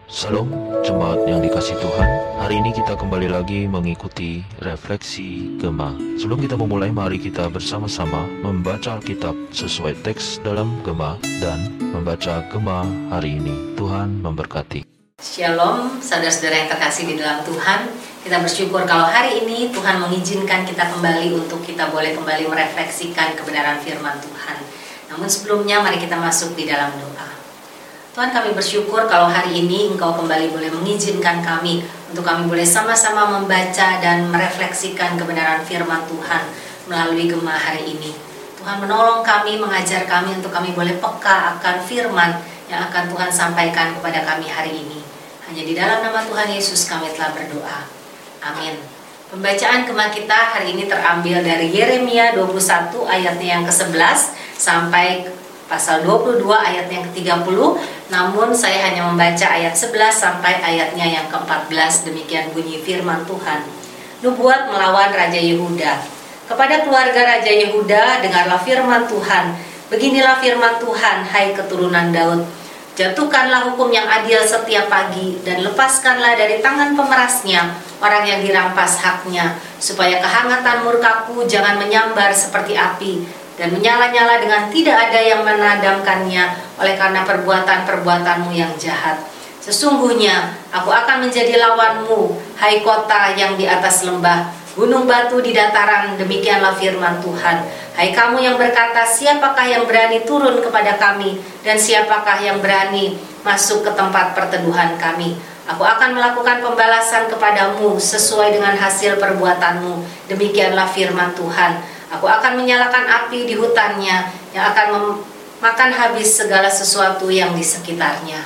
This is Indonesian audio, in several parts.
Salam jemaat yang dikasih Tuhan. Hari ini kita kembali lagi mengikuti refleksi Gema. Sebelum kita memulai, mari kita bersama-sama membaca Alkitab sesuai teks dalam Gema dan membaca Gema hari ini. Tuhan memberkati. Shalom, saudara-saudara yang terkasih di dalam Tuhan. Kita bersyukur kalau hari ini Tuhan mengizinkan kita kembali untuk kita boleh kembali merefleksikan kebenaran firman Tuhan. Namun sebelumnya mari kita masuk di dalam doa. Tuhan, kami bersyukur kalau hari ini Engkau kembali boleh mengizinkan kami untuk kami boleh sama-sama membaca dan merefleksikan kebenaran firman Tuhan melalui Gema hari ini. Tuhan menolong kami, mengajar kami untuk kami boleh peka akan firman yang akan Tuhan sampaikan kepada kami hari ini. Hanya di dalam nama Tuhan Yesus kami telah berdoa. Amin. Pembacaan Gema kita hari ini terambil dari Yeremia 21 ayatnya yang ke-11 sampai pasal 22 ayatnya yang ke-30. Namun saya hanya membaca ayat 11 sampai ayatnya yang ke-14. Demikian bunyi firman Tuhan. Nubuat melawan Raja Yehuda. Kepada keluarga Raja Yehuda, dengarlah firman Tuhan. Beginilah firman Tuhan, hai keturunan Daud. Jatuhkanlah hukum yang adil setiap pagi, dan lepaskanlah dari tangan pemerasnya orang yang dirampas haknya, supaya kehangatan murkaku jangan menyambar seperti api, dan menyala-nyala dengan tidak ada yang menadamkannya oleh karena perbuatan-perbuatanmu yang jahat. Sesungguhnya aku akan menjadi lawanmu, hai kota yang di atas lembah, gunung batu di dataran. Demikianlah firman Tuhan. Hai kamu yang berkata, siapakah yang berani turun kepada kami, dan siapakah yang berani masuk ke tempat perteduhan kami? Aku akan melakukan pembalasan kepadamu sesuai dengan hasil perbuatanmu. Demikianlah firman Tuhan. Aku akan menyalakan api di hutannya yang akan memakan habis segala sesuatu yang di sekitarnya.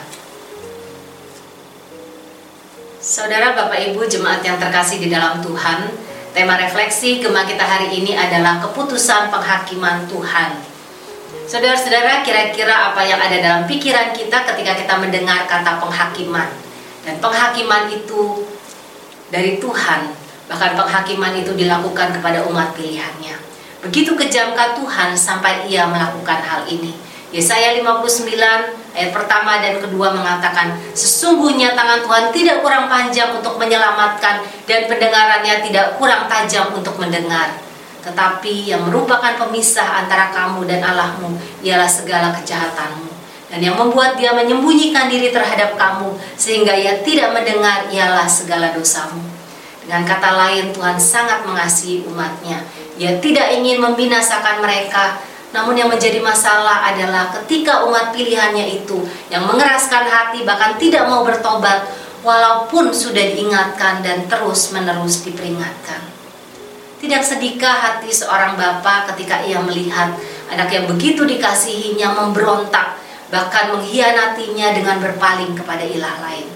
Saudara, Bapak, Ibu, jemaat yang terkasih di dalam Tuhan, tema refleksi Gema kita hari ini adalah keputusan penghakiman Tuhan. Saudara-saudara, kira-kira apa yang ada dalam pikiran kita ketika kita mendengar kata penghakiman? Dan penghakiman itu dari Tuhan, bahkan penghakiman itu dilakukan kepada umat pilihannya. Begitu kejamkah Tuhan sampai ia melakukan hal ini. Yesaya 59 ayat pertama dan kedua mengatakan, sesungguhnya tangan Tuhan tidak kurang panjang untuk menyelamatkan, dan pendengarannya tidak kurang tajam untuk mendengar. Tetapi yang merupakan pemisah antara kamu dan Allahmu ialah segala kejahatanmu, dan yang membuat dia menyembunyikan diri terhadap kamu sehingga ia tidak mendengar ialah segala dosamu. Dengan kata lain, Tuhan sangat mengasihi umatnya. Ia tidak ingin membinasakan mereka. Namun yang menjadi masalah adalah ketika umat pilihannya itu yang mengeraskan hati, bahkan tidak mau bertobat walaupun sudah diingatkan dan terus-menerus diperingatkan. Tidak sedihkah hati seorang bapa ketika ia melihat anak yang begitu dikasihinya memberontak, bahkan mengkhianatinya dengan berpaling kepada ilah lain.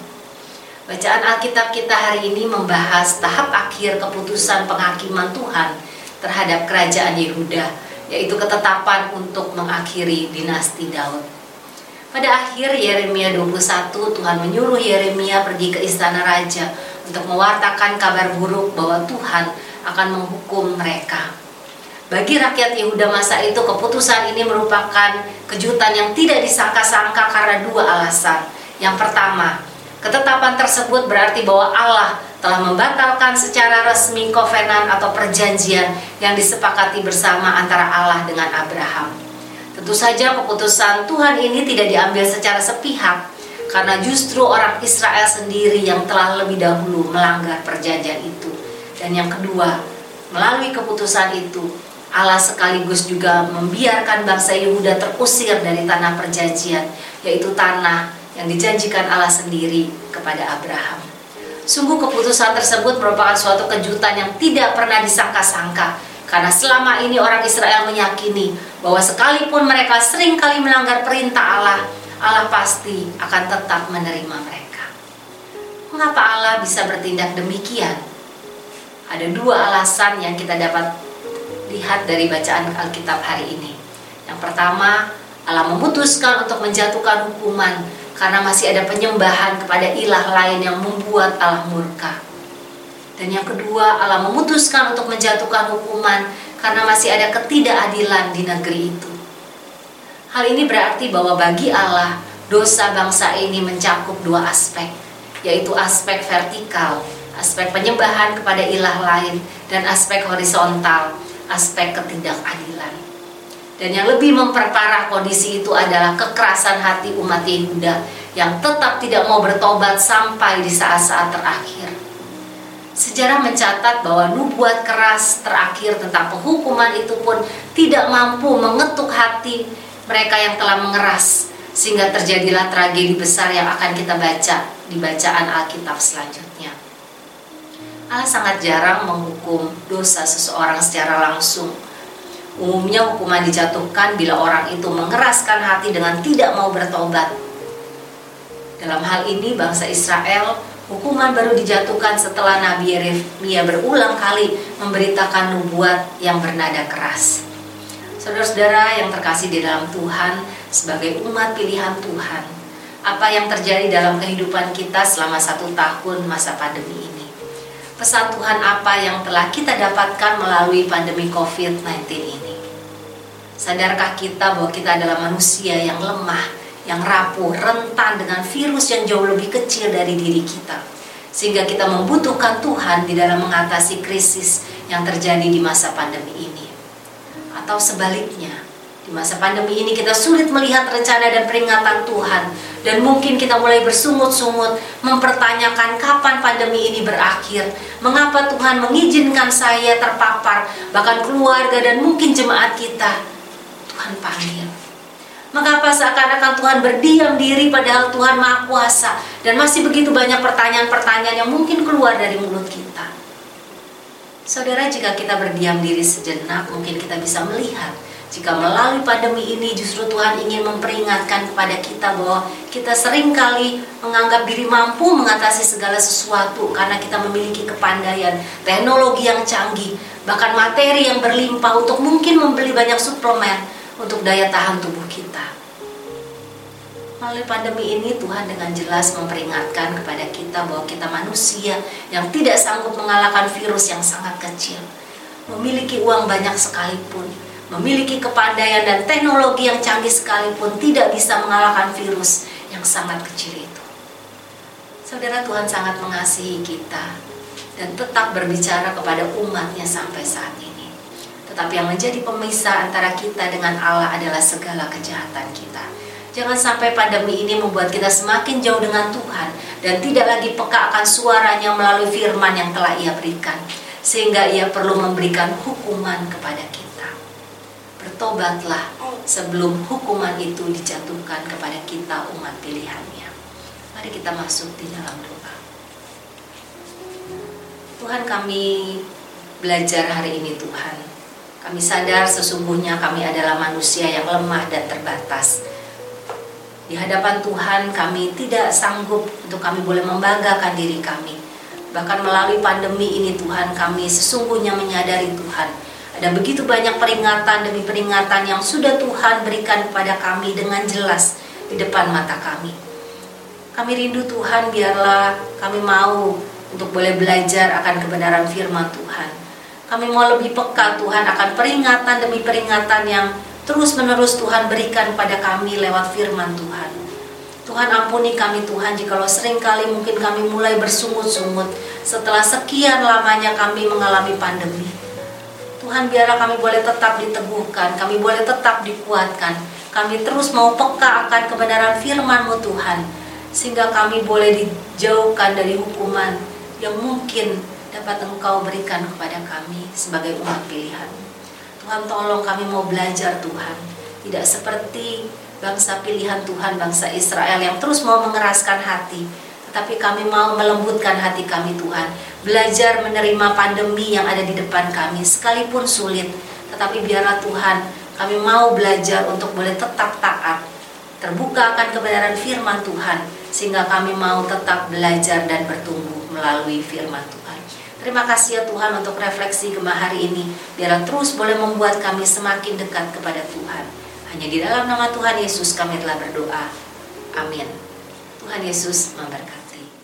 Bacaan Alkitab kita hari ini membahas tahap akhir keputusan penghakiman Tuhan terhadap kerajaan Yehuda, yaitu ketetapan untuk mengakhiri dinasti Daud. Pada akhir Yeremia 21, Tuhan menyuruh Yeremia pergi ke istana raja untuk mewartakan kabar buruk bahwa Tuhan akan menghukum mereka. Bagi rakyat Yehuda masa itu, keputusan ini merupakan kejutan yang tidak disangka-sangka karena dua alasan. Yang pertama, ketetapan tersebut berarti bahwa Allah telah membatalkan secara resmi kovenan atau perjanjian yang disepakati bersama antara Allah dengan Abraham. Tentu saja keputusan Tuhan ini tidak diambil secara sepihak, karena justru orang Israel sendiri yang telah lebih dahulu melanggar perjanjian itu. Dan yang kedua, melalui keputusan itu, Allah sekaligus juga membiarkan bangsa Yehuda terusir dari tanah perjanjian, yaitu tanah yang dijanjikan Allah sendiri kepada Abraham. Sungguh keputusan tersebut merupakan suatu kejutan yang tidak pernah disangka-sangka, karena selama ini orang Israel meyakini bahwa sekalipun mereka sering kali melanggar perintah Allah, Allah pasti akan tetap menerima mereka. Mengapa Allah bisa bertindak demikian? Ada dua alasan yang kita dapat lihat dari bacaan Alkitab hari ini. Yang pertama, Allah memutuskan untuk menjatuhkan hukuman karena masih ada penyembahan kepada ilah lain yang membuat Allah murka. Dan yang kedua, Allah memutuskan untuk menjatuhkan hukuman karena masih ada ketidakadilan di negeri itu. Hal ini berarti bahwa bagi Allah, dosa bangsa ini mencakup dua aspek, yaitu aspek vertikal, aspek penyembahan kepada ilah lain, dan aspek horizontal, aspek ketidakadilan. Dan yang lebih memperparah kondisi itu adalah kekerasan hati umat Yehuda yang tetap tidak mau bertobat sampai di saat-saat terakhir. Sejarah mencatat bahwa nubuat keras terakhir tentang penghukuman itu pun tidak mampu mengetuk hati mereka yang telah mengeras, sehingga terjadilah tragedi besar yang akan kita baca di bacaan Alkitab selanjutnya. Allah sangat jarang menghukum dosa seseorang secara langsung. Umumnya hukuman dijatuhkan bila orang itu mengeraskan hati dengan tidak mau bertobat. Dalam hal ini bangsa Israel, hukuman baru dijatuhkan setelah Nabi Yeremia berulang kali memberitakan nubuat yang bernada keras. Saudara-saudara yang terkasih di dalam Tuhan, sebagai umat pilihan Tuhan, apa yang terjadi dalam kehidupan kita selama 1 tahun masa pandemi ini? Pesan Tuhan apa yang telah kita dapatkan melalui pandemi COVID-19 ini? Sadarkah kita bahwa kita adalah manusia yang lemah, yang rapuh, rentan dengan virus yang jauh lebih kecil dari diri kita, sehingga kita membutuhkan Tuhan di dalam mengatasi krisis yang terjadi di masa pandemi ini? Atau sebaliknya, di masa pandemi ini kita sulit melihat rencana dan peringatan Tuhan, dan mungkin kita mulai bersungut-sungut mempertanyakan kapan pandemi ini berakhir, mengapa Tuhan mengizinkan saya terpapar, bahkan keluarga dan mungkin jemaat kita. Tuhan panggil. Mengapa seakan-akan Tuhan berdiam diri padahal Tuhan Maha Kuasa, dan masih begitu banyak pertanyaan-pertanyaan yang mungkin keluar dari mulut kita. Saudara, jika kita berdiam diri sejenak, mungkin kita bisa melihat jika melalui pandemi ini justru Tuhan ingin memperingatkan kepada kita bahwa kita seringkali menganggap diri mampu mengatasi segala sesuatu karena kita memiliki kepandaian, teknologi yang canggih, bahkan materi yang berlimpah untuk mungkin membeli banyak suplemen untuk daya tahan tubuh kita. Melalui pandemi ini Tuhan dengan jelas memperingatkan kepada kita bahwa kita manusia yang tidak sanggup mengalahkan virus yang sangat kecil. Memiliki uang banyak sekalipun, memiliki kepandaian dan teknologi yang canggih sekalipun, tidak bisa mengalahkan virus yang sangat kecil itu. Saudara, Tuhan sangat mengasihi kita dan tetap berbicara kepada umatnya sampai saat ini. Tetapi yang menjadi pemisah antara kita dengan Allah adalah segala kejahatan kita. Jangan sampai pandemi ini membuat kita semakin jauh dengan Tuhan dan tidak lagi peka akan suaranya melalui firman yang telah Ia berikan, sehingga Ia perlu memberikan hukuman kepada kita. Bertobatlah sebelum hukuman itu dijatuhkan kepada kita, umat pilihannya. Mari kita masuk di dalam doa. Tuhan, kami belajar hari ini Tuhan. Kami sadar sesungguhnya kami adalah manusia yang lemah dan terbatas. Di hadapan Tuhan kami tidak sanggup untuk kami boleh membanggakan diri kami. Bahkan melalui pandemi ini Tuhan, kami sesungguhnya menyadari Tuhan, ada begitu banyak peringatan demi peringatan yang sudah Tuhan berikan kepada kami dengan jelas di depan mata kami. Kami rindu Tuhan, biarlah kami mau untuk boleh belajar akan kebenaran firman Tuhan. Kami mau lebih peka Tuhan akan peringatan demi peringatan yang terus-menerus Tuhan berikan pada kami lewat firman Tuhan. Tuhan, ampuni kami Tuhan jikalau seringkali mungkin kami mulai bersungut-sungut setelah sekian lamanya kami mengalami pandemi. Tuhan, biarlah kami boleh tetap diteguhkan, kami boleh tetap dikuatkan. Kami terus mau peka akan kebenaran firman-Mu Tuhan, sehingga kami boleh dijauhkan dari hukuman yang mungkin dapat Engkau berikan kepada kami sebagai umat pilihan. Tuhan, tolong kami mau belajar Tuhan, tidak seperti bangsa pilihan Tuhan, bangsa Israel yang terus mau mengeraskan hati, tetapi kami mau melembutkan hati kami Tuhan, belajar menerima pandemi yang ada di depan kami sekalipun sulit, tetapi biarlah Tuhan kami mau belajar untuk boleh tetap taat, terbuka akan kebenaran firman Tuhan, sehingga kami mau tetap belajar dan bertumbuh melalui firman Tuhan. Terima kasih ya Tuhan untuk refleksi Gema hari ini. Biarlah terus boleh membuat kami semakin dekat kepada Tuhan. Hanya di dalam nama Tuhan Yesus kami telah berdoa. Amin. Tuhan Yesus memberkati.